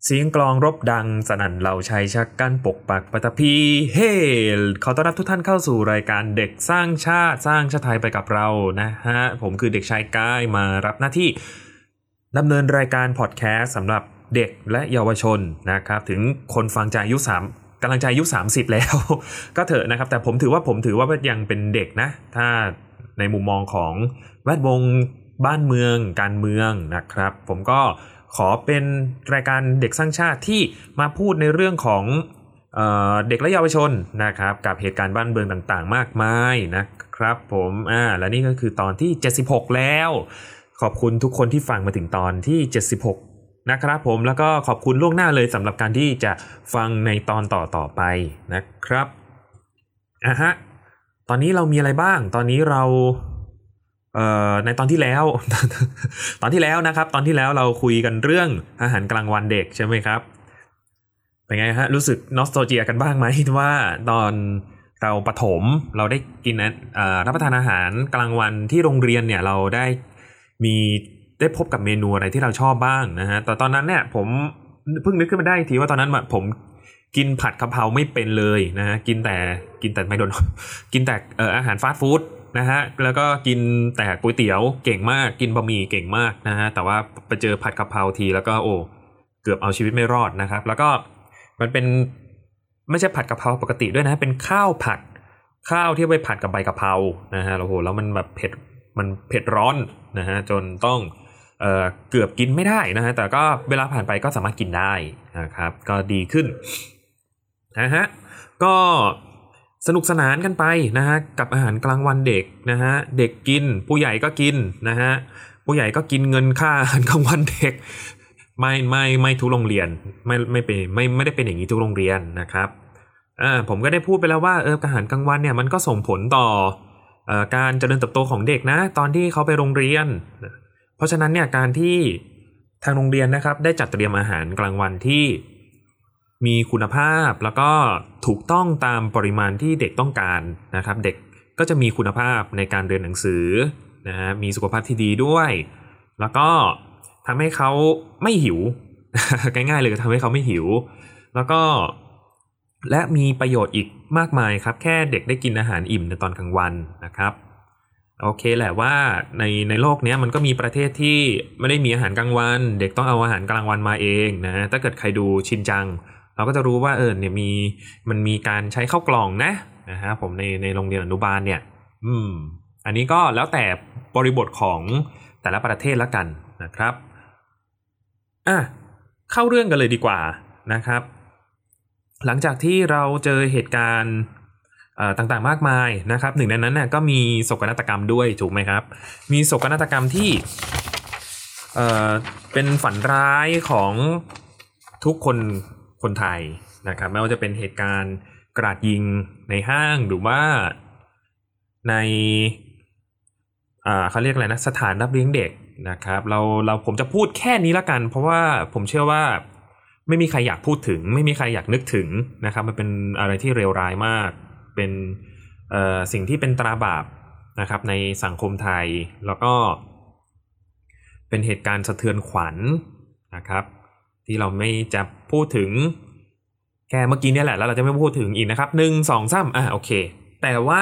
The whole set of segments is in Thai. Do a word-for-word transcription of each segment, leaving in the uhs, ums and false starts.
เสียงกลองรบดังสนั่นเหล่าชายชะกันปกปักปฐพีเฮ้ขอต้อนรับทุกท่านเข้าสู่รายการเด็กสร้างชาติสร้างชาติไทยไปกับเรานะฮะผมคือเด็กชายก้ายมารับหน้าที่ดำเนินรายการพอดแคสต์สำหรับเด็กและเยาวชนนะครับถึงคนฟังจะอายุสามกำลังจะอายุสามสิบแล้วก็เถอะนะครับแต่ผมถือว่าผมถือว่ายังเป็นเด็กนะถ้าในมุมมองของแวดวงบ้านเมืองการเมืองนะครับผมก็ขอเป็นรายการเด็กสร้างชาติที่มาพูดในเรื่องของเอ่อเด็กและเยาวชนนะครับกับเหตุการณ์บ้านเมืองต่างๆมากมายนะครับผมอ่าและนี่ก็คือตอนที่เจ็ดสิบหกแล้วขอบคุณทุกคนที่ฟังมาถึงตอนที่เจ็ดสิบหกนะครับผมแล้วก็ขอบคุณล่วงหน้าเลยสำหรับการที่จะฟังในตอนต่อๆไปนะครับอ่ะฮะตอนนี้เรามีอะไรบ้างตอนนี้เราเอ่อในตอนที่แล้ว ตอนที่แล้วนะครับตอนที่แล้วเราคุยกันเรื่องอาหารกลางวันเด็กใช่ไหมครับเป็นไงฮะรู้สึกนอสโตเจียกันบ้างไหมว่าตอนเราประถมเราได้กินเอ่อรับประทานอาหารกลางวันที่โรงเรียนเนี่ยเราได้มีได้พบกับเมนูอะไรที่เราชอบบ้างนะฮะแต่ตอนนั้นเนี่ยผมเพิ่งนึกขึ้นมาได้ทีว่าตอนนั้นผมกินผัดกะเพราไม่เป็นเลยนะฮะกินแต่กินแต่ไม่โดนกินแต่เอ่ออาหารฟาสต์ฟู้ดนะฮะแล้วก็กินแต่ก๋วยเตี๋ยวเก่งมากกินบะหมี่เก่งมากนะฮะแต่ว่าไปเจอผัดกะเพราทีแล้วก็โอ้เกือบเอาชีวิตไม่รอดนะครับแล้วก็มันเป็นไม่ใช่ผัดกะเพราปกติด้วยนะเป็นข้าวผัดข้าวที่ไปผัดกับใบกะเพรานะฮะโอ้โหแล้วมันแบบเผ็ดมันเผ็ดร้อนนะฮะจนต้องเอ่อเกือบกินไม่ได้นะฮะแต่ก็เวลาผ่านไปก็สามารถกินได้นะครับก็ดีขึ้นนะฮะก็สนุกสนานกันไปนะฮะกับอาหารกลางวันเด็กนะฮะเด็กกินผู้ใหญ่ก็กินนะฮะผู้ใหญ่ก็กินเงินค่าอาหารกลางวันเด็กไม่ไม่ไม่ทุกโรงเรียนไม่ไม่เป็นไม่ไม่ได้เป็นอย่างนี้ทุกโรงเรียนนะครับอ่าผมก็ได้พูดไปแล้วว่าเอออาหารกลางวันเนี่ยมันก็ส่งผลต่อเอ่อการเจริญเติบโตของเด็กนะตอนที่เขาไปโรงเรียนเพราะฉะนั้นเนี่ยการที่ทางโรงเรียนนะครับได้จัดเตรียมอาหารกลางวันที่มีคุณภาพแล้วก็ถูกต้องตามปริมาณที่เด็กต้องการนะครับเด็กก็จะมีคุณภาพในการเรียนหนังสือนะฮะมีสุขภาพที่ดีด้วยแล้วก็ทำให้เขาไม่หิว ง่ายๆเลยทำให้เขาไม่หิวแล้วก็และมีประโยชน์อีกมากมายครับแค่เด็กได้กินอาหารอิ่มในตอนกลางวันนะครับโอเคแหละว่าในในโลกนี้มันก็มีประเทศที่ไม่ได้มีอาหารกลางวันเด็กต้องเอาอาหารกลางวันมาเองนะถ้าเกิดใครดูชินจังเราก็จะรู้ว่าเออเนี่ยมีมันมีการใช้ข้าวกล่องนะนะฮะผมในในโรงเรียนอนุบาลเนี่ยอืมอันนี้ก็แล้วแต่บริบทของแต่ละประเทศละกันนะครับอ่ะเข้าเรื่องกันเลยดีกว่านะครับหลังจากที่เราเจอเหตุการณ์ต่างๆมากมายนะครับหนึ่งในนั้นน่ะก็มีโศกนาฏกรรมด้วยถูกไหมครับมีโศกนาฏกรรมที่เอ่อเป็นฝันร้ายของทุกคนคนไทยนะครับไม่ว่าจะเป็นเหตุการณ์กราดยิงในห้างหรือว่าในอ่าเขาเรียกอะไรนะสถานรับเลี้ยงเด็กนะครับเราเราผมจะพูดแค่นี้ละกันเพราะว่าผมเชื่อว่าไม่มีใครอยากพูดถึงไม่มีใครอยากนึกถึงนะครับมันเป็นอะไรที่เลวร้ายมากเป็นเอ่อสิ่งที่เป็นตราบาปนะครับในสังคมไทยแล้วก็เป็นเหตุการณ์สะเทือนขวัญนะครับที่เราไม่จะพูดถึงแค่เมื่อกี้เนี่ยแหละแล้วเราจะไม่พูดถึงอีกนะครับหนึ่งสองสามอ่ะโอเคแต่ว่า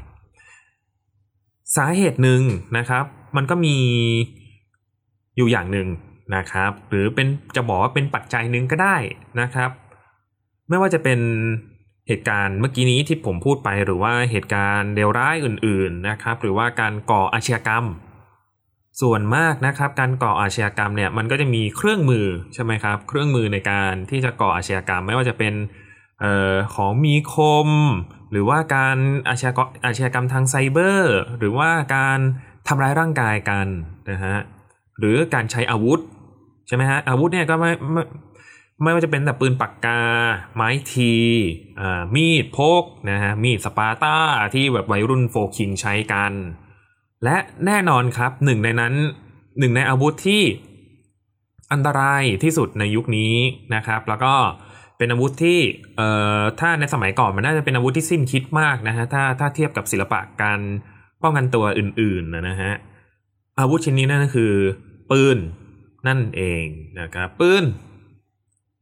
สาเหตุหนึ่งนะครับมันก็มีอยู่อย่างหนึ่งนะครับหรือเป็นจะบอกว่าเป็นปัจจัยหนึ่งก็ได้นะครับไม่ว่าจะเป็นเหตุการณ์เมื่อกี้นี้ที่ผมพูดไปหรือว่าเหตุการณ์เลวร้ายอื่นๆนะครับหรือว่าการก่ออาชญากรรมส่วนมากนะครับการก่ออาชญากรรมเนี่ยมันก็จะมีเครื่องมือใช่ไหมครับเครื่องมือในการที่จะก่ออาชญากรรมไม่ว่าจะเป็นเอ่อของมีคมหรือว่าการอาชญากรรมอาชญากรรมทางไซเบอร์หรือว่าการทำร้ายร่างกายกันนะฮะหรือการใช้อาวุธใช่ไหมฮะอาวุธเนี่ยก็ไม่ไม่ไม่ว่าจะเป็นแต่ปืนปากกาไม้ทีอ่ามีดพกนะฮะมีดสปาร์ต้าที่แบบวัยรุ่นโฟคิงใช้กันและแน่นอนครับหนึ่งในนั้นหนึ่งในอาวุธที่อันตรายที่สุดในยุคนี้นะครับแล้วก็เป็นอาวุธที่เอ่อถ้าในสมัยก่อนมันน่าจะเป็นอาวุธที่สิ้นคิดมากนะฮะถ้าถ้าเทียบกับศิลปะการป้องกันตัวอื่นๆนะฮะอาวุธชิ้นนี้นั่นก็คือปืนนั่นเองนะครับปืน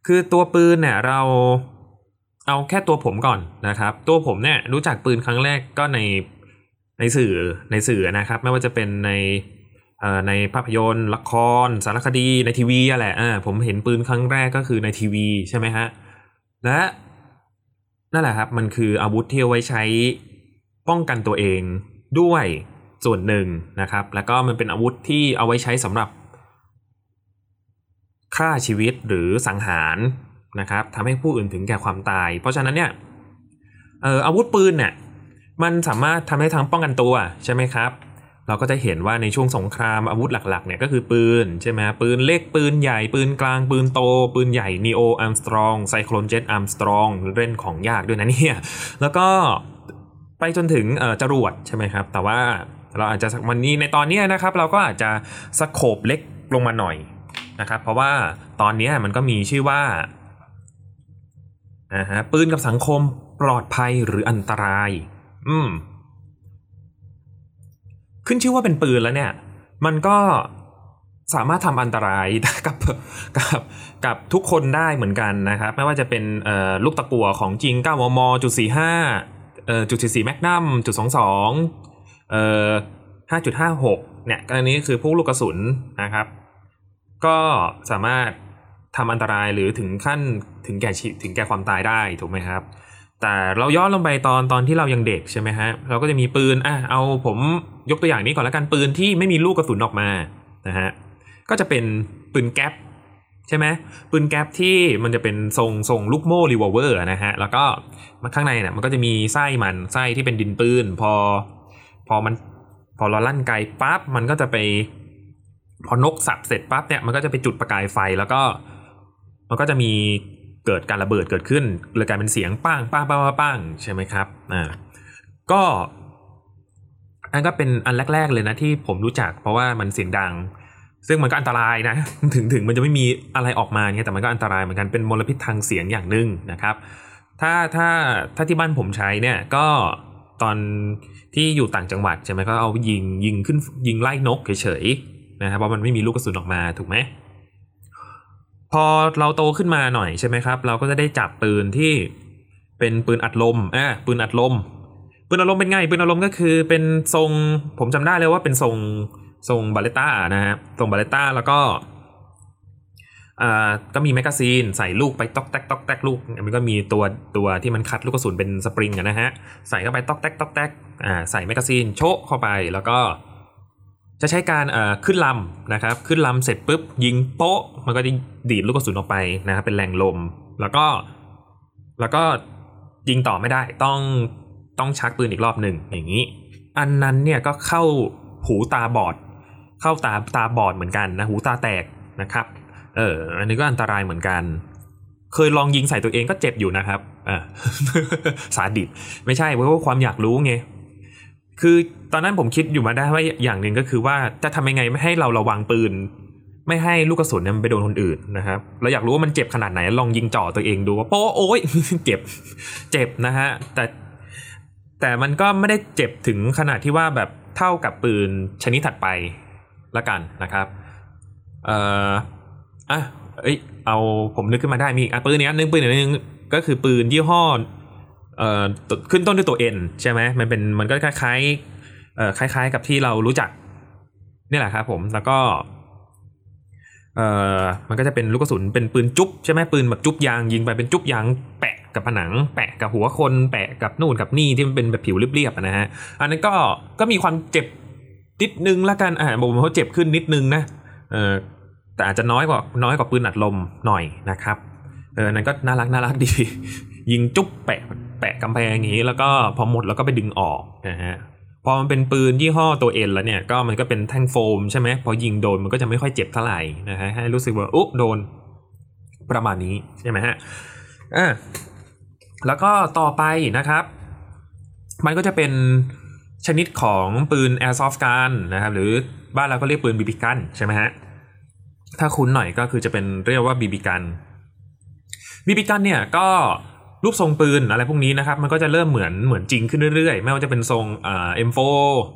คือตัวปืนเนี่ยเราเอาแค่ตัวผมก่อนนะครับตัวผมเนี่ยรู้จักปืนครั้งแรกก็ในในสื่อในสื่อนะครับไม่ว่าจะเป็นในเอ่อในภาพยนตร์ละครสารคดีในทีวีอะแหละอ่าผมเห็นปืนครั้งแรกก็คือในทีวีใช่ไหมฮะและนั่นแหละครับมันคืออาวุธที่เอาไว้ใช้ป้องกันตัวเองด้วยส่วนหนึ่งนะครับแล้วก็มันเป็นอาวุธที่เอาไว้ใช้สำหรับฆ่าชีวิตหรือสังหารนะครับทำให้ผู้อื่นถึงแก่ความตายเพราะฉะนั้นเนี่ยเอ่ออาวุธปืนเนี่ยมันสามารถทำได้ทั้งป้องกันตัวใช่ไหมครับเราก็จะเห็นว่าในช่วงสงครามอาวุธหลักๆเนี่ยก็คือปืนใช่ไหมปืนเล็กปืนใหญ่ปืนกลางปืนโตปืนใหญ่ Neo Armstrong Cyclone Jet Armstrong เล่นของยากด้วยนะเนี่ยแล้วก็ไปจนถึงเอ่อจรวดใช่ไหมครับแต่ว่าเราอาจจะวันนี้ในตอนนี้นะครับเราก็อาจจะสโคปเล็กลงมาหน่อยนะครับเพราะว่าตอนนี้มันก็มีชื่อว่านะฮะปืนกับสังคมปลอดภัยหรืออันตรายอืมขึ้นชื่อว่าเป็นปืนแล้วเนี่ยมันก็สามารถทำอันตรายกับกับกับทุกคนได้เหมือนกันนะครับไม่ว่าจะเป็นเอ่อลูกตะกั่วของจริง เก้ามม จุดสี่ห้า เอ่อ จุดสี่สี่ แมกนัม จุดสองสอง เอ่อ ห้าจุดห้าหก เนี่ยอันนี้คือพวกลูกกระสุนนะครับก็สามารถทำอันตรายหรือถึงขั้นถึงแก่ถึงแก่ความตายได้ถูกไหมครับแต่เราย้อนลงไปตอนตอนที่เรายังเด็กใช่ไหมฮะเราก็จะมีปืนอ่ะเอาผมยกตัวอย่างนี้ก่อนแล้วกันปืนที่ไม่มีลูกกระสุนออกมานะฮะก็จะเป็นปืนแก๊ปใช่ไหมปืนแก๊ปที่มันจะเป็นทรงทรงลูกโม่รีวอลเวอร์นะฮะแล้วก็ข้างในเนี่ยมันก็จะมีไส้มันไส้ที่เป็นดินปืนพอพอมันพอเราลั่นไกปั๊บมันก็จะไปพอนกสับเสร็จปั๊บเนี่ยมันก็จะไปจุดประกายไฟแล้วก็มันก็จะมีเกิดการระเบิดเกิดขึ้นเลยกลายเป็นเสียงปังปังปังปังใช่ไหมครับอ่าก็อันก็เป็นอันแรกๆเลยนะที่ผมรู้จักเพราะว่ามันเสียงดังซึ่งมันก็อันตรายนะถึงถึงมันจะไม่มีอะไรออกมาเนี่ยแต่มันก็อันตรายเหมือนกันเป็นมลพิษทางเสียงอย่างหนึ่งนะครับถ้าถ้าถ้าที่บ้านผมใช้เนี่ยก็ตอนที่อยู่ต่างจังหวัดใช่ไหมก็เอายิงยิงขึ้นยิงไล่นกเฉยๆนะครับเพราะมันไม่มีลูกกระสุนออกมาถูกไหมพอเราโตขึ้นมาหน่อยใช่ไหมครับเราก็จะได้จับปืนที่เป็นปืนอัดลมอ่ะปืนอัดลมปืนอัดลมเป็นไงปืนอัดลมก็คือเป็นทรงผมจำได้เลยว่าเป็นทรงทรงบาเลต้านะฮะทรงบาเลต้าแล้วก็อ่าก็มีแมกกาซีนใส่ลูกไปต๊อกแต๊กต๊อกแต๊กลูกมันก็มีตัวตัวที่มันคัดลูกกระสุนเป็นสปริงนะฮะใส่เข้าไปต๊อกแต๊กต๊อกแต๊กอ่าใส่แมกกาซีนโชะเข้าไปแล้วก็จะใช้การเอ่อขึ้นลำนะครับขึ้นลำเสร็จปุ๊บยิงโป๊ะมันก็จะดีดลูกกระสุนออกไปนะครับเป็นแรงลมแล้วก็แล้วก็ยิงต่อไม่ได้ต้องต้องชักปืนอีกรอบหนึ่งอย่างนี้อันนั้นเนี่ยก็เข้าหูตาบอดเข้าตาตาบอดเหมือนกันนะหูตาแตกนะครับเอออันนี้ก็อันตรายเหมือนกันเคยลองยิงใส่ตัวเองก็เจ็บอยู่นะครับอ่า สาดิสไม่ใช่เพราะว่าความอยากรู้ไงคือตอนนั้นผมคิดอยู่มาได้ว่าอย่างหนึ่งก็คือว่าจะทำยังไงไม่ให้เราระวังปืนไม่ให้ลูกกระสุนเนี่ยมันไปโดนคนอื่นนะครับเราอยากรู้ว่ามันเจ็บขนาดไหนลองยิงจ่อตัวเองดูว่าโป๊ะโอ๊ย เจ็บเจ็บนะฮะแต่แต่มันก็ไม่ได้เจ็บถึงขนาดที่ว่าแบบเท่ากับปืนชนิดถัดไปละกันนะครับเอ่ออ่ะเอ้ยเอาผมนึกขึ้นมาได้มีอ่ะปืนนี้นึงปืนนึงก็คือปืนยี่ห้อเอ่อขึ้นต้นด้วยตัว N ใช่ไหมมันเป็นมันก็คล้ายๆเอ่อคล้ายๆกับที่เรารู้จักนี่แหละครับผมแล้วก็เอ่อมันก็จะเป็นลูกกระสุนเป็นปืนจุ๊บใช่ไหมปืนแบบจุ๊บยางยิงไปเป็นจุ๊บยางแปะกับผนังแปะกับหัวคนแปะกับนู่นกับนี่ที่มันเป็นแบบผิวเรียบๆนะฮะอันนั้นก็ก็มีความเจ็บนิดนึงละกันอ่าบอกว่าเขาเจ็บขึ้นนิดนึงนะเออแต่อาจจะน้อยกว่าน้อยกว่าปืนอัดลมหน่อยนะครับเออนั้นก็น่ารักน่ารักดียิงจุ๊บแปะแปะกำแพงอย่างนี้แล้วก็พอหมดแล้วก็ไปดึงออกนะฮะพอมันเป็นปืนยี่ห้อตัวเอ็นแล้วเนี่ยก็มันก็เป็นแท่งโฟมใช่ไหมพอยิงโดนมันก็จะไม่ค่อยเจ็บเท่าไหร่นะฮะให้รู้สึกว่าอุ๊บโดนประมาณนี้ใช่ไหมฮะอ่ะแล้วก็ต่อไปนะครับมันก็จะเป็นชนิดของปืน Airsoft Gun นะครับหรือบ้านเราก็เรียกปืน บี บี Gun ใช่ไหมฮะถ้าคุ้นหน่อยก็คือจะเป็นเรียกว่า บี บี Gun บี บี Gun เนี่ยก็รูปทรงปืนอะไรพวกนี้นะครับมันก็จะเริ่มเหมือนเหมือนจริงขึ้นเรื่อยๆไม่ว่าจะเป็นทรงเอ่อ เอ็ม โฟร์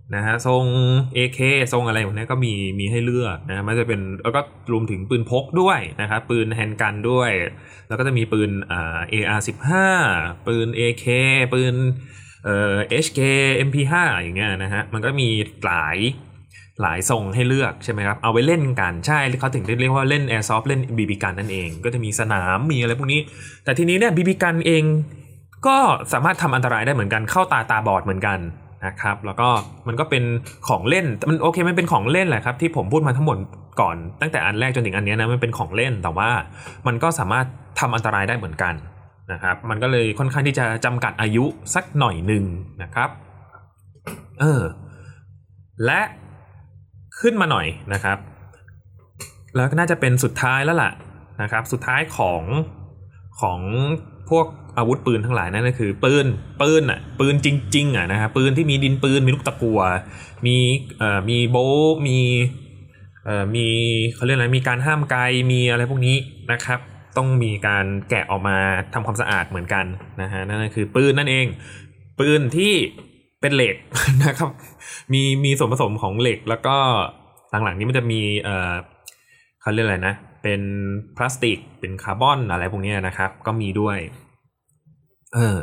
นะฮะทรง เอ เค ทรงอะไรพวกนี้ก็มีมีให้เลือกนะมันจะเป็นแล้วก็รวมถึงปืนพกด้วยนะครับปืนแฮนด์กันด้วยแล้วก็จะมีปืนอ่า เอ อาร์ สิบห้า ปืน เอ เค ปืนเอ่อ เอช เค เอ็ม พี ห้า อย่างเงี้ยนะฮะมันก็มีหลายหลายทรงให้เลือกใช่ไหมครับเอาไว้เล่นกันใช่เขาถึงได้เรียกว่าเล่น Airsoft เล่น บี บี กันนั่นเองก็จะมีสนามมีอะไรพวกนี้แต่ทีนี้เนี่ย บี บี กันเองก็สามารถทำอันตรายได้เหมือนกันเข้าตาตาบอดเหมือนกันนะครับแล้วก็มันก็เป็นของเล่นมันโอเคมันเป็นของเล่นแหละครับที่ผมพูดมาทั้งหมดก่อนตั้งแต่อันแรกจนถึงอันนี้นะมันเป็นของเล่นแต่ว่ามันก็สามารถทำอันตรายได้เหมือนกันนะครับมันก็เลยค่อนข้างที่จะจำกัดอายุสักหน่อยหนึ่งนะครับเออและขึ้นมาหน่อยนะครับแล้วก็น่าจะเป็นสุดท้ายแล้วล่ะนะครับสุดท้ายของของพวกอาวุธปืนทั้งหลายนั่นก็คือปืนปืนอ่ะปืนจริงๆอ่ะนะฮะปืนที่มีดินปืนมีลูกตะกั่วมีเอ่อมีโบว์มีเอ่อมีเขาเรียกอะไรมีการห้ามไกลมีอะไรพวกนี้นะครับต้องมีการแกะออกมาทำความสะอาดเหมือนกันนะฮะนั่นก็คือปืนนั่นเองปืนที่เป็นเหล็กนะครับมีมีส่วนผสมของเหล็กแล้วก็หลังๆนี้มันจะมีเอ่อเขาเรียกอะไรนะเป็นพลาสติกเป็นคาร์บอนอะไรพวกนี้นะครับก็มีด้วยเออ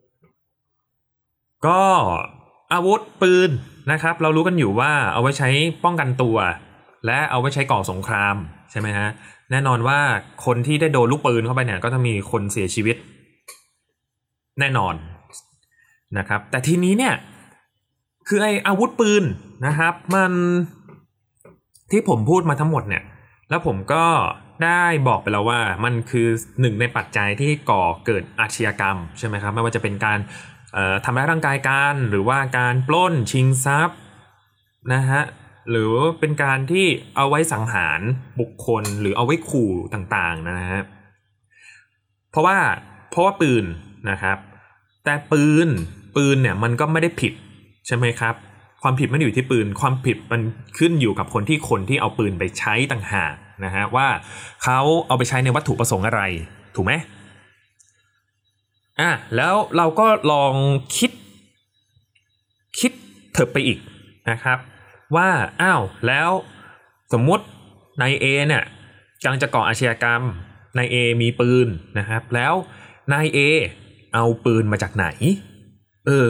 ก็อาวุธปืนนะครับเรารู้กันอยู่ว่าเอาไว้ใช้ป้องกันตัวและเอาไว้ใช้ก่อสงครามใช่ไหมฮะแน่นอนว่าคนที่ได้โดนลูกปืนเข้าไปเนี่ยก็จะมีคนเสียชีวิตแน่นอนนะครับแต่ทีนี้เนี่ยคือไอ้อาวุธปืนนะครับมันที่ผมพูดมาทั้งหมดเนี่ยแล้วผมก็ได้บอกไปแล้วว่ามันคือหนึ่งในปัจจัยที่ก่อเกิดอาชญากรรมใช่ไหมครับไม่ว่าจะเป็นการเอ่อทำร้ายร่างกายกันหรือว่าการปล้นชิงทรัพย์นะฮะหรือเป็นการที่เอาไว้สังหารบุคคลหรือเอาไว้ขู่ต่างๆนะฮะเพราะว่าเพราะว่าปืนนะครับแต่ปืนปืนเนี่ยมันก็ไม่ได้ผิดใช่ไหมครับความผิดไม่ได้อยู่ที่ปืนความผิดมันขึ้นอยู่กับคนที่คนที่เอาปืนไปใช้ต่างหากนะฮะว่าเขาเอาไปใช้ในวัตถุประสงค์อะไรถูกไหมอ่ะแล้วเราก็ลองคิดคิดเถิบไปอีกนะครับว่าอ้าวแล้วสมมุตินาย A เนี่ยกำลังจะก่ออาชญากรรมนาย A มีปืนนะครับแล้วนาย A เอาปืนมาจากไหนเออ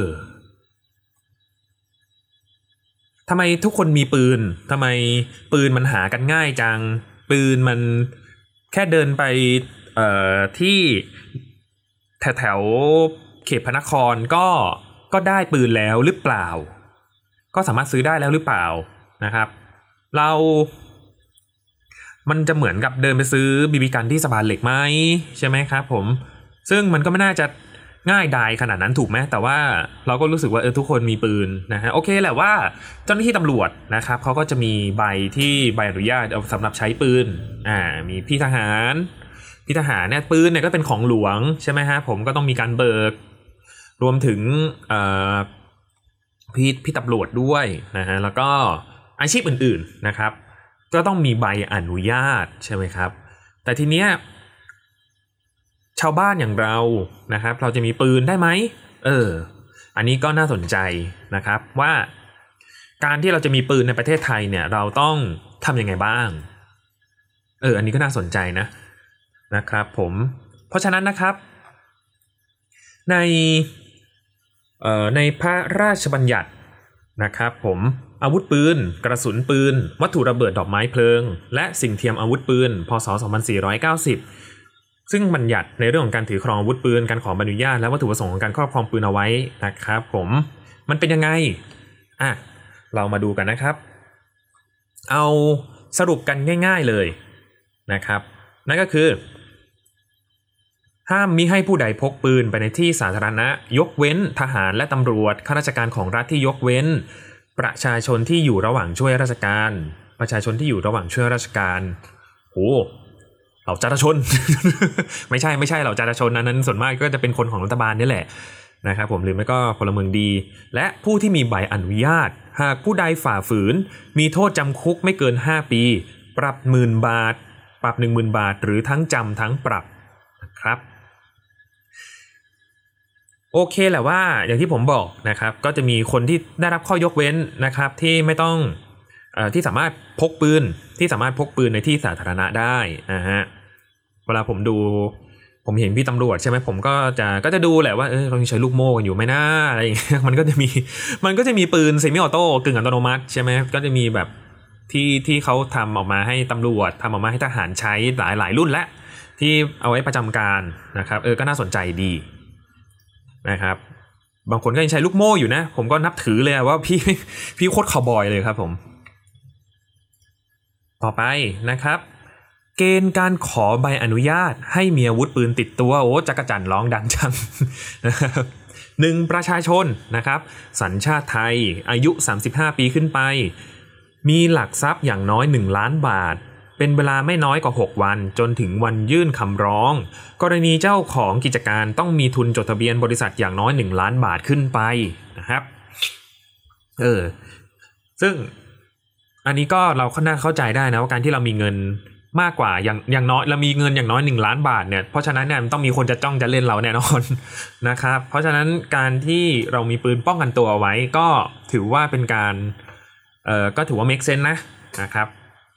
ทำไมทุกคนมีปืนทำไมปืนมันหากันง่ายจังปืนมันแค่เดินไปเอ่อที่แถวแถวเขตพระนครก็ก็ได้ปืนแล้วหรือเปล่าก็สามารถซื้อได้แล้วหรือเปล่านะครับเรามันจะเหมือนกับเดินไปซื้อบีบีกันที่สะพานเหล็กไหมใช่ไหมครับผมซึ่งมันก็ไม่น่าจะง่ายดายขนาดนั้นถูกไหมแต่ว่าเราก็รู้สึกว่าเออทุกคนมีปืนนะฮะโอเคแหละว่าเจ้าหน้าที่ตำรวจนะครับเขาก็จะมีใบที่ใบอนุญาตสำหรับใช้ปืนอ่ามีพี่ทหารพี่ทหารเนี่ยปืนเนี่ยก็เป็นของหลวงใช่ไหมฮะผมก็ต้องมีการเบิกรวมถึงเอ่อพี่พี่ตำรวจด้วยนะฮะแล้วก็อาชีพอื่นๆนะครับก็ต้องมีใบอนุญาตใช่ไหมครับแต่ทีเนี้ยชาวบ้านอย่างเรานะครับเราจะมีปืนได้ไหมเอออันนี้ก็น่าสนใจนะครับว่าการที่เราจะมีปืนในประเทศไทยเนี่ยเราต้องทำยังไงบ้างเอออันนี้ก็น่าสนใจนะนะครับผมเพราะฉะนั้นนะครับในเอ่อในพระราชบัญญัตินะครับผมอาวุธปืนกระสุนปืนวัตถุระเบิดดอกไม้เพลิงและสิ่งเทียมอาวุธปืนพ.ศ. สองพันสี่ร้อยเก้าสิบซึ่งบัญญัติในเรื่องของการถือครองอาวุธปืนการขอใบอนุญาตและวัตถุประสงค์ของการครอบครองปืนเอาไว้นะครับผมมันเป็นยังไงอ่ะเรามาดูกันนะครับเอาสรุปกันง่ายๆเลยนะครับนั่นก็คือห้ามมิให้ผู้ใดพกปืนไปในที่สาธารณะยกเว้นทหารและตำรวจข้าราชการของรัฐที่ยกเว้นประชาชนที่อยู่ระหว่างช่วยราชการประชาชนที่อยู่ระหว่างช่วยราชการโอ้เหล่าจราชน ไม่ใช่ไม่ใช่เหล่าจราชนนั้นส่วนมากก็จะเป็นคนของรัฐบาลนี่แหละนะครับผมหรือไม่ก็พลเมืองดีและผู้ที่มีใบอนุญาตหากผู้ใดฝ่าฝืนมีโทษจำคุกไม่เกินห้าปีปรับหมื่นบาทปรับ หนึ่งหมื่น บาทหรือทั้งจำทั้งปรับนะครับโโอเคแหละว่าอย่างที่ผมบอกนะครับก็จะมีคนที่ได้รับข้อยกเว้นนะครับที่ไม่ต้องเอ่อที่สามารถพกปืนที่สามารถพกปืนในที่สาธารณะได้นะฮะเวลาผมดูผมเห็นพี่ตำรวจใช่ไหมผมก็จะก็จะดูแหละว่าเออเราใช้ลูกโม่กันอยู่ไหมนะอะไรอย่างเงี้ยมันก็จะมีมันก็จะมีปืนเซมิออโต้กึ่งอัตโนมัติใช่ไหมก็จะมีแบบที่ที่เขาทำออกมาให้ตำรวจทำออกมาให้ทหารใช้หลายหลายรุ่นและที่เอาไว้ประจำการนะครับเออก็น่าสนใจดีนะครับบางคนก็ยังใช้ลูกโม่อยู่นะผมก็นับถือเลยว่าพี่พี่โคตรคาวบอยเลยครับผมต่อไปนะครับเกณฑ์การขอใบอนุญาตให้มีอาวุธปืนติดตัวโอ้จักรจั่นร้องดังจังนะครับหนึ่งประชาชนนะครับสัญชาติไทยอายุสามสิบห้าปีขึ้นไปมีหลักทรัพย์อย่างน้อยหนึ่งล้านบาทเป็นเวลาไม่น้อยกว่าหกวันจนถึงวันยื่นคำร้องกรณีเจ้าของกิจการต้องมีทุนจดทะเบียนบริษัทอย่างน้อยหนึ่งล้านบาทขึ้นไปนะครับเออซึ่งอันนี้ก็เราค่อนข้างเข้าใจได้นะว่าการที่เรามีเงินมากกว่าอย่างอย่างน้อยเรามีเงินอย่างน้อยหนึ่งล้านบาทเนี่ยเพราะฉะนั้นเนี่ยมันต้องมีคนจะจ้องจะเล่นเราแน่นอนนะครับเพราะฉะนั้นการที่เรามีปืนป้องกันตัวเอาไว้ก็ถือว่าเป็นการเอ่อก็ถือว่า make sense นะนะครับ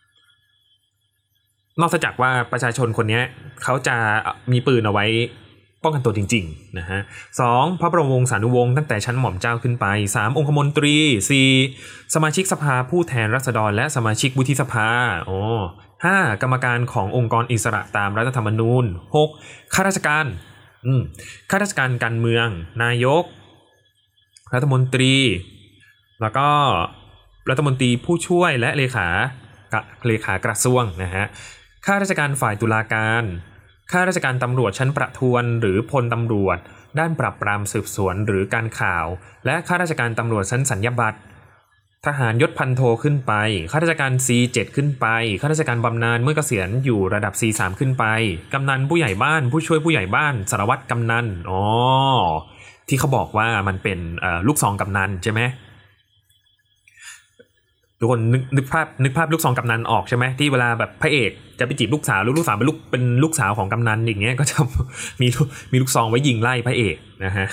นอกจากว่าประชาชนคนนี้เขาจะมีปืนเอาไว้ป้องกันตัวจริงๆนะฮะสองพระบรมวงศานุวงศ์ตั้งแต่ชั้นหม่อมเจ้าขึ้นไปสามองคมนตรีสี่สมาชิกสภาผู้แทนราษฎรและสมาชิกวุฒิสภาโอ้ห้ากรรมการขององค์กรอิสระตามรัฐธรรมนูญหกข้าราชการอืมข้าราชการการเมืองนายกรัฐมนตรีแล้วก็รัฐมนตรีผู้ช่วยและเลขาเลขากระทรวงนะฮะข้าราชการฝ่ายตุลาการข้าราชการตำรวจชั้นประทวนหรือพลตำรวจด้านปราบปรามสืบสวนหรือการข่าวและข้าราชการตำรวจชั้นสัญญาบัตรทหารยศพันโทขึ้นไปข้าราชการ ซี เจ็ด ขึ้นไปข้าราชการบำนาญเมื่อเกษียณอยู่ระดับ ซี สาม ขึ้นไปกำนันผู้ใหญ่บ้านผู้ช่วยผู้ใหญ่บ้านสารวัตรกำนันอ๋อที่เขาบอกว่ามันเป็นลูกซองกำนันใช่ไหมทุกคนนึกนึกภาพนึกภาพลูกซองกำนันออกใช่ไหมที่เวลาแบบพระเอกจะไปจีบลูกสาวลูกสาวเป็นลูกเป็นลูกสาวของกำนันอย่างเงี้ยก็จะมีมีลูกซองไว้ยิงไล่พระเอกนะฮะ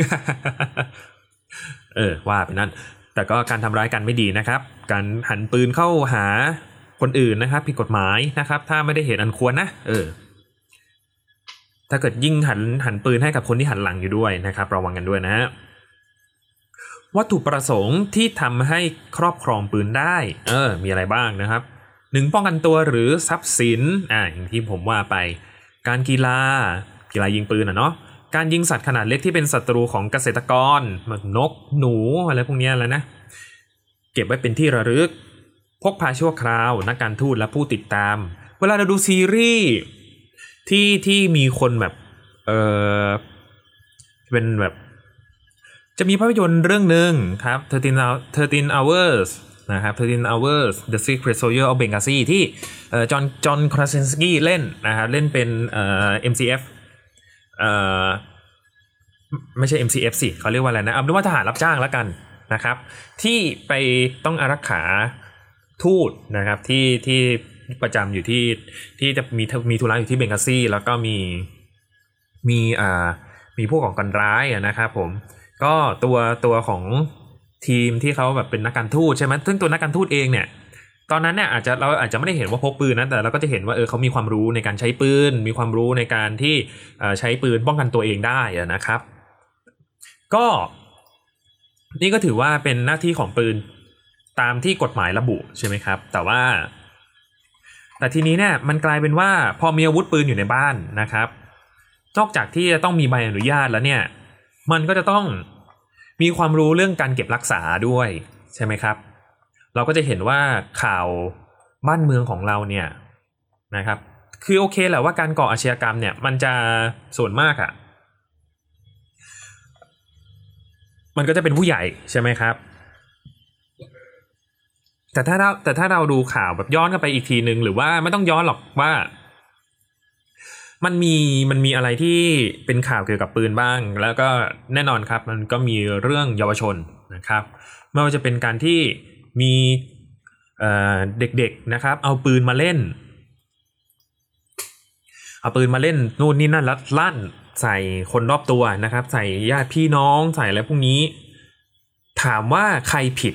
เออว่าไปนั่นแต่ก็การทำร้ายกันไม่ดีนะครับการหันปืนเข้าหาคนอื่นนะครับผิดกฎหมายนะครับถ้าไม่ได้เหตุอันควรนะเออถ้าเกิดยิ่งหันหันปืนให้กับคนที่หันหลังอยู่ด้วยนะครับระวังกันด้วยนะฮะวัตถุประสงค์ที่ทำให้ครอบครองปืนได้เออมีอะไรบ้างนะครับหนึ่งป้องกันตัวหรือทรัพย์สินอ่าอย่างที่ผมว่าไปการกีฬากีฬายิงปืนอ่ะเนาะการยิงสัตว์ขนาดเล็กที่เป็นศัตรูของเกษตรกรนกหนูอะไรพวกนี้แล้วนะเก็บไว้เป็นที่ระลึกพกพาชั่วคราวนักการทูตและผู้ติดตามเวลาเราดูซีรีส์ที่ที่มีคนแบบเออเป็นแบบจะมีภาพยนตร์เรื่องหนึ่งครับthirteen hours นะครับthirteen hours The Secret Soldier of Benghazi ที่เอ่อจอห์นจอห์นคราเซนสกี้เล่นนะครับเล่นเป็นเอ่อ เอ็ม ซี เอฟ เอ่อไม่ใช่ เอ็ม ซี เอฟ สิเขาเรียกว่าอะไรนะเอาเป็นว่าทหารรับจ้างแล้วกันนะครับที่ไปต้องอารักขาทูตนะครับที่ที่ประจำอยู่ที่ที่จะมีมีธุระอยู่ที่เบงกาซีแล้วก็มีมีอ่ามีผู้ก่อการร้ายนะครับผมก็ตัวตัวของทีมที่เขาแบบเป็นนักการทูตใช่ไหมซึ่งตัวนักการทูตเองเนี่ยตอนนั้นเนี่ยอาจจะเราอาจจะไม่ได้เห็นว่าพกปืนนะแต่เราก็จะเห็นว่าเออเขามีความรู้ในการใช้ปืนมีความรู้ในการที่ใช้ปืนป้องกันตัวเองได้นะครับก็นี่ก็ถือว่าเป็นหน้าที่ของปืนตามที่กฎหมายระบุใช่ไหมครับแต่ว่าแต่ทีนี้เนี่ยมันกลายเป็นว่าพอมีอาวุธปืนอยู่ในบ้านนะครับนอกจากที่จะต้องมีใบอนุญาตแล้วเนี่ยมันก็จะต้องมีความรู้เรื่องการเก็บรักษาด้วยใช่ไหมครับเราก็จะเห็นว่าข่าวบ้านเมืองของเราเนี่ยนะครับคือโอเคแหละว่าการก่ออาชญากรรมเนี่ยมันจะส่วนมากอ่ะมันก็จะเป็นผู้ใหญ่ใช่ไหมครับแต่ถ้าเราแต่ถ้าเราดูข่าวแบบย้อนกลับไปอีกทีนึงหรือว่าไม่ต้องย้อนหรอกว่ามันมีมันมีอะไรที่เป็นข่าวเกี่ยวกับปืนบ้างแล้วก็แน่นอนครับมันก็มีเรื่องเยาวชนนะครับไม่ว่าจะเป็นการที่มีเอ่อเด็กๆนะครับเอาปืนมาเล่นเอาปืนมาเล่นนู่นนี่นั่นแล้วลั่นใส่คนรอบตัวนะครับใส่ญาติพี่น้องใส่อะไรพวกนี้ถามว่าใครผิด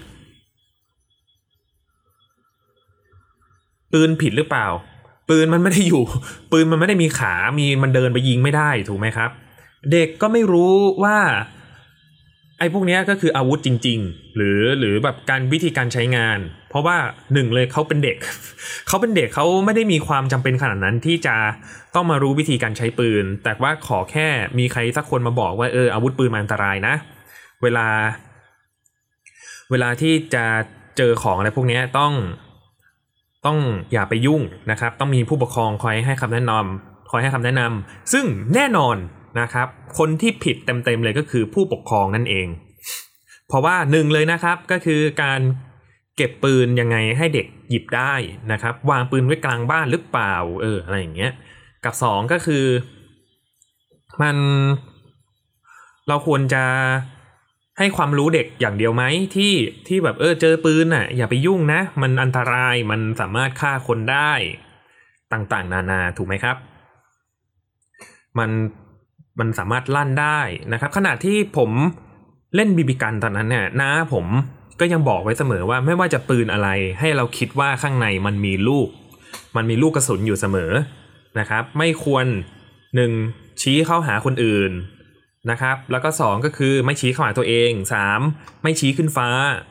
ปืนผิดหรือเปล่าปืนมันไม่ได้อยู่ปืนมันไม่ได้มีขามีมันเดินไปยิงไม่ได้ถูกไหมครับเด็กก็ไม่รู้ว่าไอ้พวกนี้ก็คืออาวุธจริงๆหรือหรือแบบการวิธีการใช้งานเพราะว่าหนึ่งเลยเขาเป็นเด็ก เขาเป็นเด็กเขาไม่ได้มีความจำเป็นขนาดนั้นที่จะต้องมารู้วิธีการใช้ปืนแต่ว่าขอแค่มีใครสักคนมาบอกว่าเอออาวุธปืนมันอันตรายนะเวลาเวลาที่จะเจอของอะไรพวกนี้ต้องต้องอย่าไปยุ่งนะครับต้องมีผู้ปกครองคอยให้คำแนะนำคอยให้คำแนะนำซึ่งแน่นอนนะครับคนที่ผิดเต็มๆเลยก็คือผู้ปกครองนั่นเองเพราะว่าหนึ่งเลยนะครับก็คือการเก็บปืนยังไงให้เด็กหยิบได้นะครับวางปืนไว้กลางบ้านหรือเปล่าเอออะไรอย่างเงี้ยกับสองก็คือมันเราควรจะให้ความรู้เด็กอย่างเดียวไหมที่ที่แบบเออเจอปืนน่ะอย่าไปยุ่งนะมันอันตรายมันสามารถฆ่าคนได้ต่างๆนานาถูกไหมครับมันมันสามารถลั่นได้นะครับขณะที่ผมเล่นบีบีกันตอนนั้นเนี่ยน้าผมก็ยังบอกไว้เสมอว่าไม่ว่าจะปืนอะไรให้เราคิดว่าข้างในมันมีลูกมันมีลูกกระสุนอยู่เสมอนะครับไม่ควรหนึ่งชี้เข้าหาคนอื่นนะครับแล้วก็สองก็คือไม่ชี้เข้าหาตัวเองสามไม่ชี้ขึ้นฟ้า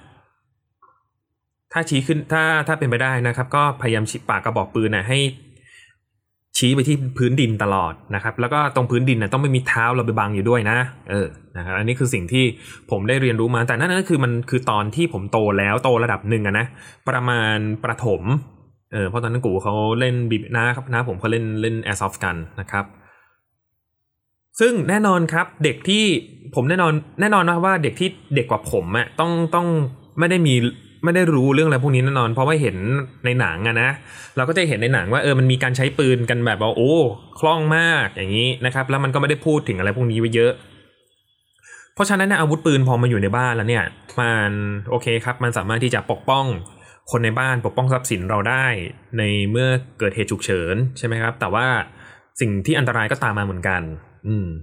ถ้าชี้ขึ้นถ้าถ้าเป็นไปได้นะครับก็พยายามชี้ปากกระบอกปืนน่ะให้ชี้ไปที่พื้นดินตลอดนะครับแล้วก็ตรงพื้นดินน่ะต้องไม่มีเท้าเราไปบังอยู่ด้วยนะเออนะครับอันนี้คือสิ่งที่ผมได้เรียนรู้มาแต่นั่นก็คือมันคือตอนที่ผมโตแล้วโตระดับหนึ่งอะนะประมาณประถมเออเพราะตอนนั้นกูเขาเล่นบีนะครับนะผมเขาเล่นเล่นแอร์ซอฟต์กันนะครับซึ่งแน่นอนครับเด็กที่ผมแน่นอนแน่นอนนะว่าเด็กที่เด็กกว่าผมอ่ะต้องต้องไม่ได้มีไม่ได้รู้เรื่องอะไรพวกนี้แน่นอนเพราะว่าเห็นในหนังอะนะเราก็จะเห็นในหนังว่าเออมันมีการใช้ปืนกันแบบว่าโอ้คล่องมากอย่างนี้นะครับแล้วมันก็ไม่ได้พูดถึงอะไรพวกนี้ไว้เยอะเพราะฉะนั้นนะอาวุธปืนพอมาอยู่ในบ้านแล้วเนี่ยมันโอเคครับมันสามารถที่จะปกป้องคนในบ้านปกป้องทรัพย์สินเราได้ในเมื่อเกิดเหตุฉุกเฉินใช่ไหมครับแต่ว่าสิ่งที่อันตรายก็ตามมาเหมือนกันอืม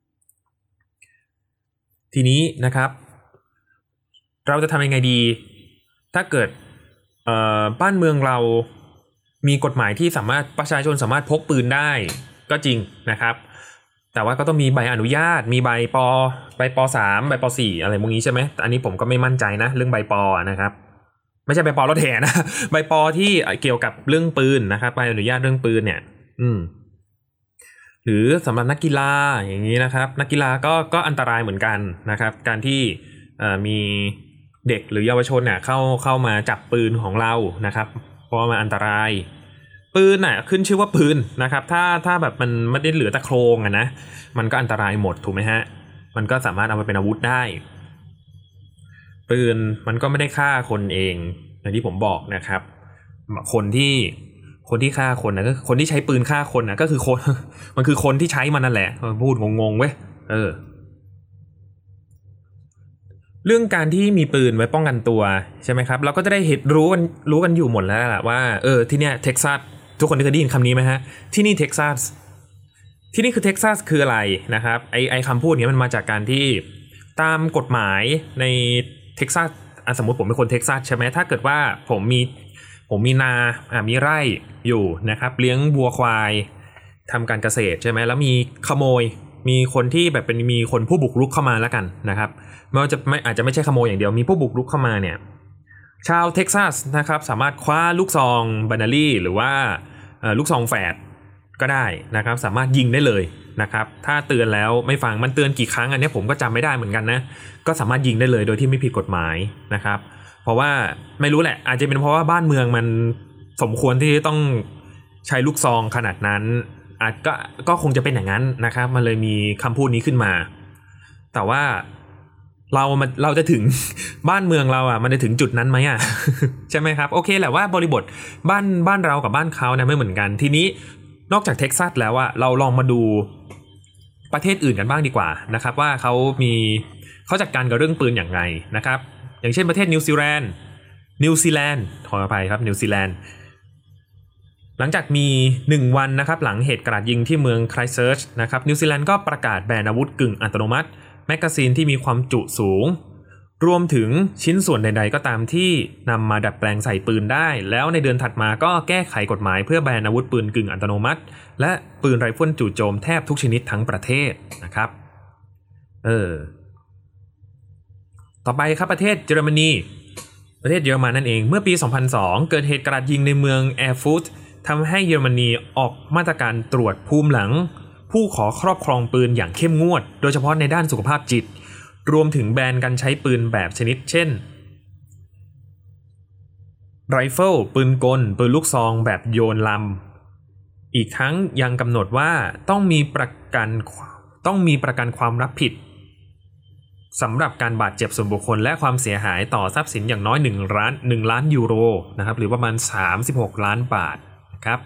ทีนี้นะครับเราจะทำยังไงดีถ้าเกิดเอ่อบ้านเมืองเรามีกฎหมายที่สามารถประชาชนสามารถพกปืนได้ก็จริงนะครับแต่ว่าก็ต้องมีใบอนุญาตมีใบปใบปสามใบปสี่อะไรพวกนี้ใช่ไหมอันนี้ผมก็ไม่มั่นใจนะเรื่องใบปนะครับไม่ใช่ใบปรถแห่นะใบปที่เกี่ยวกับเรื่องปืนนะครับใบอนุญาตเรื่องปืนเนี่ยอืมหรือสำหรับนักกีฬาอย่างนี้นะครับนักกีฬาก็ก็อันตรายเหมือนกันนะครับการที่มีเด็กหรือเยาวชนเนี่ยเข้าเข้ามาจับปืนของเรานะครับเพราะมันอันตรายปืนน่ะขึ้นชื่อว่าปืนนะครับถ้าถ้าแบบมันไม่ได้เหลือแต่โครงอะนะมันก็อันตรายหมดถูกไหมฮะมันก็สามารถเอาไปเป็นอาวุธได้ปืนมันก็ไม่ได้ฆ่าคนเองอย่างที่ผมบอกนะครับคนที่คนที่ฆ่าคนนะก็คนที่ใช้ปืนฆ่าคนนะก็คือคนมันคือคนที่ใช้มันนั่นแหละพูดงงๆเว้ยเออเรื่องการที่มีปืนไว้ป้องกันตัวใช่ไหมครับเราก็จะได้เห็นรู้กันรู้กันอยู่หมดแล้วแหละว่าเออที่เนี้ยเท็กซัสทุกคนเคยได้ยินคำนี้ไหมฮะที่นี่เท็กซัสที่นี่คือเท็กซัสคืออะไรนะครับไอไอคำพูดนี้มันมาจากการที่ตามกฎหมายในเท็กซัสสมมติผมเป็นคนเท็กซัสใช่ไหมถ้าเกิดว่าผมมีผมมีนาอ่ามีไร่อยู่นะครับเลี้ยงวัวควายทำการเกษตรใช่ไหมแล้วมีขโมยมีคนที่แบบเป็นมีคนผู้บุกรุกเข้ามาแล้วกันนะครับไม่ว่าจะไม่อาจจะไม่ใช่ขโมยอย่างเดียวมีผู้บุกรุกเข้ามาเนี่ยชาวเท็กซัสนะครับสามารถคว้าลูกซองบานารี่หรือว่าลูกซองแฝดก็ได้นะครับสามารถยิงได้เลยนะครับถ้าเตือนแล้วไม่ฟังมันเตือนกี่ครั้งอันนี้ผมก็จำไม่ได้เหมือนกันนะก็สามารถยิงได้เลยโดยที่ไม่ผิดกฎหมายนะครับเพราะว่าไม่รู้แหละอาจจะเป็นเพราะว่าบ้านเมืองมันสมควรที่ต้องใช้ลูกซองขนาดนั้นอาจก็ก็คงจะเป็นอย่างนั้นนะครับมันเลยมีคำพูดนี้ขึ้นมาแต่ว่าเรามันเราจะถึงบ้านเมืองเราอ่ะมันจะถึงจุดนั้นไหมอ่ะ ใช่ไหมครับโอเคแหละว่าบริบทบ้านบ้านเรากับบ้านเขาเนี่ยไม่เหมือนกันทีนี้นอกจากเท็กซัสแล้วอ่ะเราลองมาดูประเทศอื่นกันบ้างดีกว่านะครับว่าเขามีเขาจัดการกับเรื่องปืนอย่างไรนะครับอย่างเช่นประเทศนิวซีแลนด์นิวซีแลนด์ขออภัยครับนิวซีแลนด์ เหลังจากมีหนึ่งวันนะครับหลังเหตุกราดยิงที่เมืองไครสต์เชิร์ชนะครับนิวซีแลนด์ก็ประกาศแบนอาวุธกึ่งอัตโนมัติแมกกาซีนที่มีความจุสูงรวมถึงชิ้นส่วนใดๆก็ตามที่นำมาดัดแปลงใส่ปืนได้แล้วในเดือนถัดมาก็แก้ไขกฎหมายเพื่อแบนอาวุธปืนกึ่งอัตโนมัติและปืนไรเฟิลจู่โจมแทบทุกชนิดทั้งประเทศนะครับเออต่อไปครับประเทศเยอรมนีประเทศเยอรมันนั่นเองเมื่อปีสองพันสองเกิดเหตุกราดยิงในเมืองแอร์ฟุตทำให้เยอรมนีออกมาตรการตรวจภูมิหลังผู้ขอครอบครองปืนอย่างเข้มงวดโดยเฉพาะในด้านสุขภาพจิตรวมถึงแบนการใช้ปืนแบบชนิดเช่นไรเฟิลปืนกลปืนลูกซองแบบโยนลำอีกทั้งยังกำหนดว่าต้องมีประกันต้องมีประกันความรับผิดสำหรับการบาดเจ็บส่วนบุคคลและความเสียหายต่อทรัพย์สินอย่างน้อย1ล้าน1ล้านยูโรนะครับหรือประมาณสามสิบหกล้านบาทนะครับ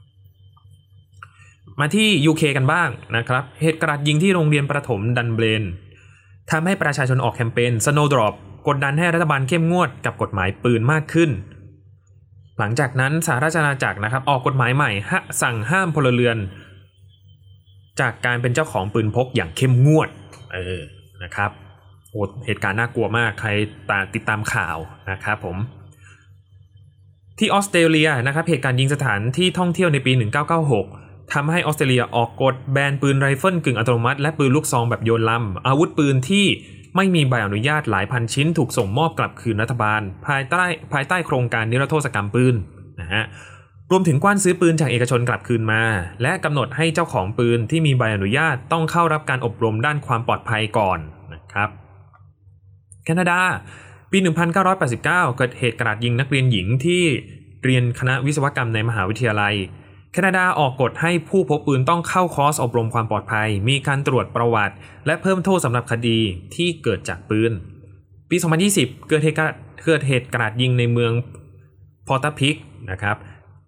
มาที่ ยู เค กันบ้างนะครับเหตุกราดยิงที่โรงเรียนประถมดันเบรนทำให้ประชาชนออกแคมเปญ Snowdrop กดดันให้รัฐบาลเข้มงวดกับกฎหมายปืนมากขึ้นหลังจากนั้นสหราชอาณาจักรนะครับออกกฎหมายใหม่สั่งห้ามพลเรือนจากการเป็นเจ้าของปืนพกอย่างเข้มงวดเออนะครับโอ้เหตุการณ์น่ากลัวมากใครตามติดตามข่าวนะครับผมที่ออสเตรเลียนะครับเหตุการณ์ยิงสถานที่ท่องเที่ยวในปีหนึ่งเก้าเก้าหกทำให้ออสเตรเลียออกกฎแบนปืนไรเฟิลกึ่งอัตโนมัติและปืนลูกซองแบบโยนลำอาวุธปืนที่ไม่มีใบอนุญาตหลายพันชิ้นถูกส่งมอบกลับคืนรัฐบาลภายใต้ภายใต้โครงการนิรโทษกรรมปืนนะฮะรวมถึงกว้านซื้อปืนจากเอกชนกลับคืนมาและกำหนดให้เจ้าของปืนที่มีใบอนุญาตต้องเข้ารับการอบรมด้านความปลอดภัยก่อนนะครับแคนาดาปีหนึ่งพันเก้าร้อยแปดสิบเก้าเกิดเหตุกราดยิงนักเรียนหญิงที่เรียนคณะวิศวกรรมในมหาวิทยาลัยแคนาดาออกกฎให้ผู้พกปืนต้องเข้าคอร์สอบรมความปลอดภัยมีการตรวจประวัติและเพิ่มโทษสำหรับคดีที่เกิดจากปืนปีสองพันยี่สิบเกิดเหตุเกิดเหตุกราดยิงในเมืองพอร์ตพิกนะครับ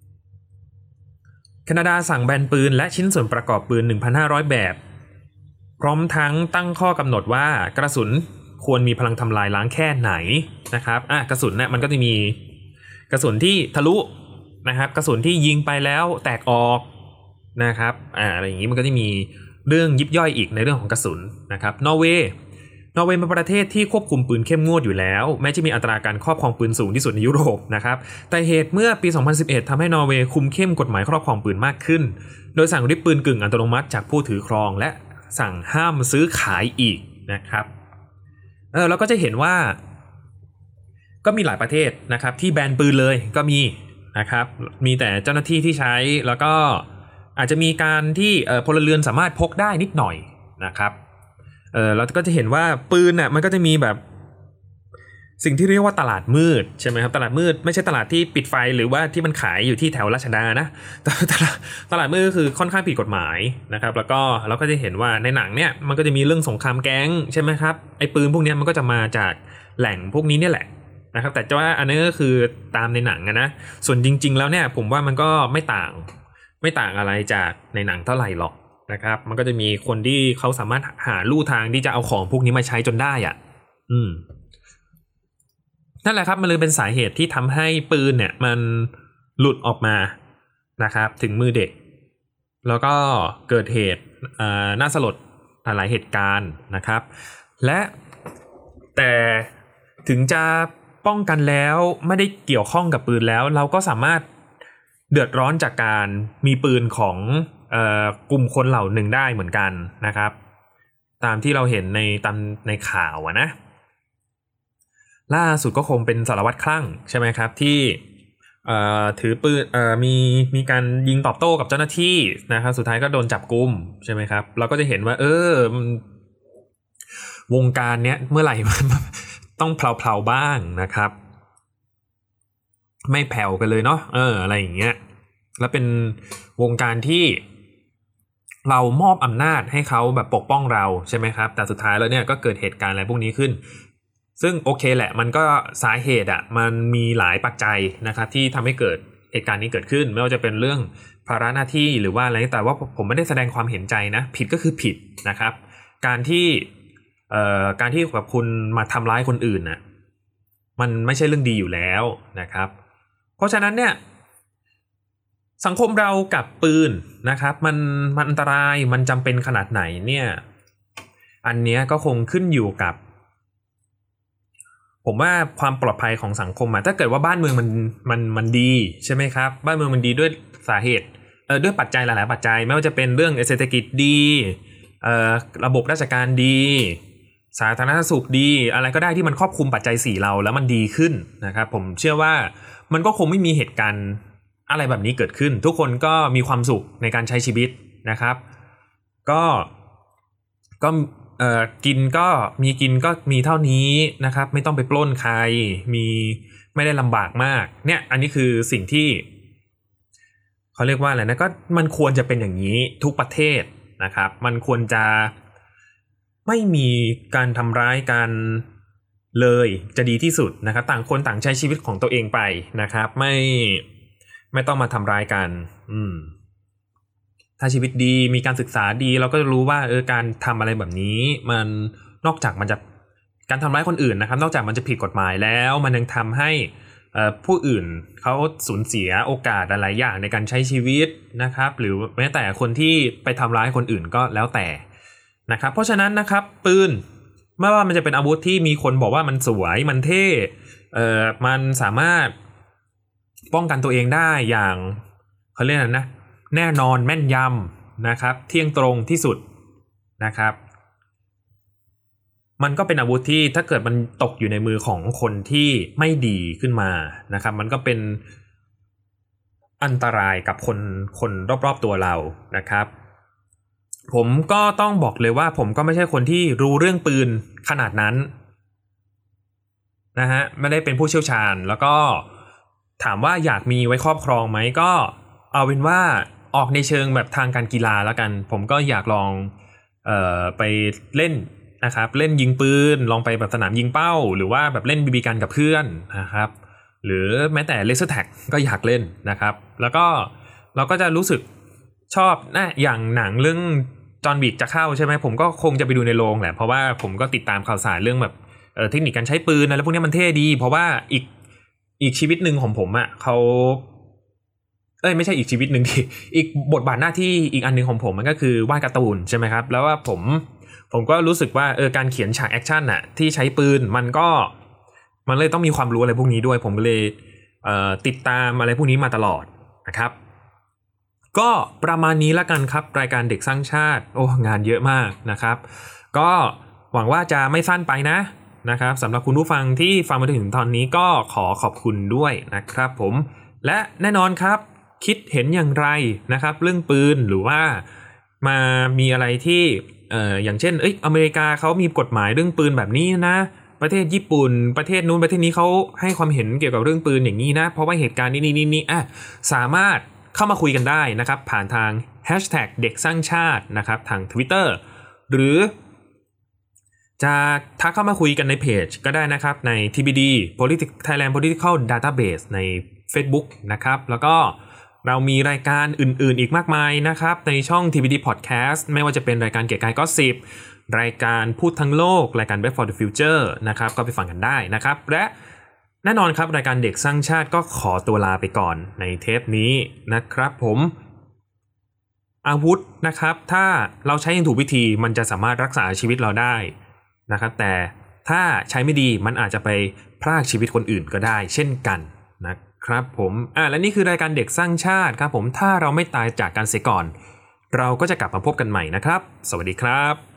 แคนาดาสั่งแบนปืนและชิ้นส่วนประกอบปืน หนึ่งพันห้าร้อย แบบพร้อมทั้งตั้งข้อกำหนดว่ากระสุนควรมีพลังทำลายล้างแค่ไหนนะครับอ่ะกระสุนเนี่ยมันก็จะมีกระสุนที่ทะลุนะครับกระสุนที่ยิงไปแล้วแตกออกนะครับอ่าอะไรอย่างนี้มันก็จะมีเรื่องยิบย่อยอีกในเรื่องของกระสุนนะครับนอร์เวย์นอร์เวย์เป็นประเทศที่ควบคุมปืนเข้มงวดอยู่แล้วแม้จะมีอัตราการครอบครองปืนสูงที่สุดในยุโรปนะครับแต่เหตุเมื่อปีสองพันสิบเอ็ดทำให้นอร์เวย์คุมเข้มกฎหมายครอบครองปืนมากขึ้นโดยสั่งริบปืนกึ่งอัตโนมัติจากผู้ถือครองและสั่งห้ามซื้อขายอีกนะครับเออเราก็จะเห็นว่าก็มีหลายประเทศนะครับที่แบนปืนเลยก็มีนะครับมีแต่เจ้าหน้าที่ที่ใช้แล้วก็อาจจะมีการที่พลเรือนสามารถพกได้นิดหน่อยนะครับเออเราก็จะเห็นว่าปืนน่ะมันก็จะมีแบบสิ่งที่เรียกว่าตลาดมืดใช่ไหมครับตลาดมืดไม่ใช่ตลาดที่ปิดไฟหรือว่าที่มันขายอยู่ที่แถวราชดานะแต่ตลาดตลาดมืดก็คือค่อนข้างผิดกฎหมายนะครับแล้วก็เราก็จะเห็นว่าในหนังเนี่ยมันก็จะมีเรื่องสงครามแก๊งใช่ไหมครับไอ้ปืนพวกนี้มันก็จะมาจากแหล่งพวกนี้เนี่ยแหละนะครับแต่ว่าอันนี้ก็คือตามในหนังนะส่วนจริงๆแล้วเนี่ยผมว่ามันก็ไม่ต่างไม่ต่างอะไรจากในหนังเท่าไหร่หรอกนะครับมันก็จะมีคนที่เขาสามารถหาลู่ทางที่จะเอาของพวกนี้มาใช้จนได้อ่ะอืมนั่นแหละครับมันเลยเป็นสาเหตุที่ทำให้ปืนเนี่ยมันหลุดออกมานะครับถึงมือเด็กแล้วก็เกิดเหตุน่าสลดหลายเหตุการณ์นะครับและแต่ถึงจะป้องกันแล้วไม่ได้เกี่ยวข้องกับปืนแล้วเราก็สามารถเดือดร้อนจากการมีปืนของเอ่อกลุ่มคนเหล่าหนึ่งได้เหมือนกันนะครับตามที่เราเห็นในตามในข่าวอะนะล่าสุดก็คงเป็นสารวัตรคลั่งใช่ไหมครับที่เอ่อถือปืนเอ่อมีมีการยิงตอบโต้กับเจ้าหน้าที่นะครับสุดท้ายก็โดนจับกุมใช่ไหมครับเราก็จะเห็นว่าเออวงการเนี้ยเมื่อไหร่ต้องเพลาๆบ้างนะครับไม่แผ่วกันเลยเนาะเอออะไรอย่างเงี้ยแล้วเป็นวงการที่เรามอบอำนาจให้เขาแบบปกป้องเราใช่ไหมครับแต่สุดท้ายแล้วเนี่ยก็เกิดเหตุการณ์อะไรพวกนี้ขึ้นซึ่งโอเคแหละมันก็สาเหตุอ่ะมันมีหลายปัจจัยนะครับที่ทำให้เกิดเหตุการณ์นี้เกิดขึ้นไม่ว่าจะเป็นเรื่องภาระหน้าที่หรือว่าอะไรแต่ว่าผมไม่ได้แสดงความเห็นใจนะผิดก็คือผิดนะครับการที่เอ่อการที่แบบคุณมาทำร้ายคนอื่นน่ะมันไม่ใช่เรื่องดีอยู่แล้วนะครับเพราะฉะนั้นเนี่ยสังคมเรากับปืนนะครับมันมันอันตรายมันจำเป็นขนาดไหนเนี่ยอันเนี้ยก็คงขึ้นอยู่กับผมว่าความปลอดภัยของสังคมอะถ้าเกิดว่าบ้านเมืองมันมันมันดีใช่ไหมครับบ้านเมืองมันดีด้วยสาเหตุเออด้วยปัจจัยหลายๆปัจจัยไม่ว่าจะเป็นเรื่องเศรษฐกิจดีเอ่อระบบราชการดีสาธารณสุขดีอะไรก็ได้ที่มันครอบคลุมปัจจัยสี่เราแล้วมันดีขึ้นนะครับผมเชื่อว่ามันก็คงไม่มีเหตุการณ์อะไรแบบนี้เกิดขึ้นทุกคนก็มีความสุขในการใช้ชีวิตนะครับก็ก็เอ่อกินก็มีกินก็มีเท่านี้นะครับไม่ต้องไปปล้นใครมีไม่ได้ลำบากมากเนี่ยอันนี้คือสิ่งที่เขาเรียกว่าอะไรนะก็มันควรจะเป็นอย่างนี้ทุกประเทศนะครับมันควรจะไม่มีการทำร้ายกันเลยจะดีที่สุดนะครับต่างคนต่างใช้ชีวิตของตัวเองไปนะครับไม่ไม่ต้องมาทำร้ายกันอืมถ้าชีวิตดีมีการศึกษาดีเราก็จะรู้ว่าเออการทำอะไรแบบนี้มันนอกจากมันจะการทำร้ายคนอื่นนะครับนอกจากมันจะผิดกฎหมายแล้วมันยังทำให้ผู้อื่นเขาสูญเสียโอกาสหลายอย่างในการใช้ชีวิตนะครับหรือแม้แต่คนที่ไปทำร้ายคนอื่นก็แล้วแต่นะครับเพราะฉะนั้นนะครับปืนไม่ว่ามันจะเป็นอาวุธที่มีคนบอกว่ามันสวยมันเท่เอ่อมันสามารถป้องกันตัวเองได้อย่างเขาเรียกอะไรนะแน่นอนแม่นยำนะครับเที่ยงตรงที่สุดนะครับมันก็เป็นอาวุธที่ถ้าเกิดมันตกอยู่ในมือของคนที่ไม่ดีขึ้นมานะครับมันก็เป็นอันตรายกับคนคนรอบๆตัวเรานะครับผมก็ต้องบอกเลยว่าผมก็ไม่ใช่คนที่รู้เรื่องปืนขนาดนั้นนะฮะไม่ได้เป็นผู้เชี่ยวชาญแล้วก็ถามว่าอยากมีไว้ครอบครองไหมก็เอาเป็นว่าออกในเชิงแบบทางการกีฬาแล้วกันผมก็อยากลองเอ่อไปเล่นนะครับเล่นยิงปืนลองไปแบบสนามยิงเป้าหรือว่าแบบเล่นบีบีกันกับเพื่อนนะครับหรือแม้แต่เลเซอร์แท็กก็อยากเล่นนะครับแล้วก็เราก็จะรู้สึกชอบนะอย่างหนังเรื่องจอห์นวิกจะเข้าใช่ไหมผมก็คงจะไปดูในโรงแหละเพราะว่าผมก็ติดตามข่าวสารเรื่องแบบเอ่อเทคนิคการใช้ปืนอะไรพวกนี้มันเท่ดีเพราะว่าอีกอีกชีวิตหนึ่งของผมอ่ะเขาเอ้ยไม่ใช่อีกชีวิตหนึ่งที่อีกบทบาทหน้าที่อีกอันนึงของผมมันก็คือวาดการ์ตูนใช่ไหมครับแล้วว่าผมผมก็รู้สึกว่าเออการเขียนฉากแอคชั่นน่ะที่ใช้ปืนมันก็มันเลยต้องมีความรู้อะไรพวกนี้ด้วยผมก็เลยเอ่อติดตามอะไรพวกนี้มาตลอดนะครับก็ประมาณนี้ละกันครับรายการเด็กสร้างชาติโอ้งานเยอะมากนะครับก็หวังว่าจะไม่สั้นไปนะนะครับสำหรับคุณผู้ฟังที่ฟังมาถึงตอนนี้ก็ขอขอบคุณด้วยนะครับผมและแน่นอนครับคิดเห็นอย่างไรนะครับเรื่องปืนหรือว่ามามีอะไรที่เอ่ออย่างเช่นเอ้ยอเมริกาเขามีกฎหมายเรื่องปืนแบบนี้นะประเทศญี่ปุ่นประเทศนู้นประเทศนี้เขาให้ความเห็นเกี่ยวกับเรื่องปืนอย่างนี้นะเพราะว่าเหตุการณ์นี้นี่นี่อ่ะสามารถเข้ามาคุยกันได้นะครับผ่านทางแฮชแท็กเด็กสร้างชาตินะครับทาง Twitter หรือจะทักเข้ามาคุยกันในเพจก็ได้นะครับใน ที บี ดี Political Thailand Political Database ใน Facebook นะครับแล้วก็เรามีรายการอื่นๆอีกมากมายนะครับในช่อง ที บี ดี Podcast ไม่ว่าจะเป็นรายการเกียร์กายก็สิบรายการพูดทั้งโลกรายการ Back for the Future นะครับก็ไปฟังกันได้นะครับและแน่นอนครับรายการเด็กสร้างชาติก็ขอตัวลาไปก่อนในเทปนี้นะครับผมอาวุธนะครับถ้าเราใช้อย่างถูกวิธีมันจะสามารถรักษาชีวิตเราได้นะครับแต่ถ้าใช้ไม่ดีมันอาจจะไปพรากชีวิตคนอื่นก็ได้เช่นกันนะครับผมอ่ะและนี่คือรายการเด็กสร้างชาติครับผมถ้าเราไม่ตายจากกันเสียก่อนเราก็จะกลับมาพบกันใหม่นะครับสวัสดีครับ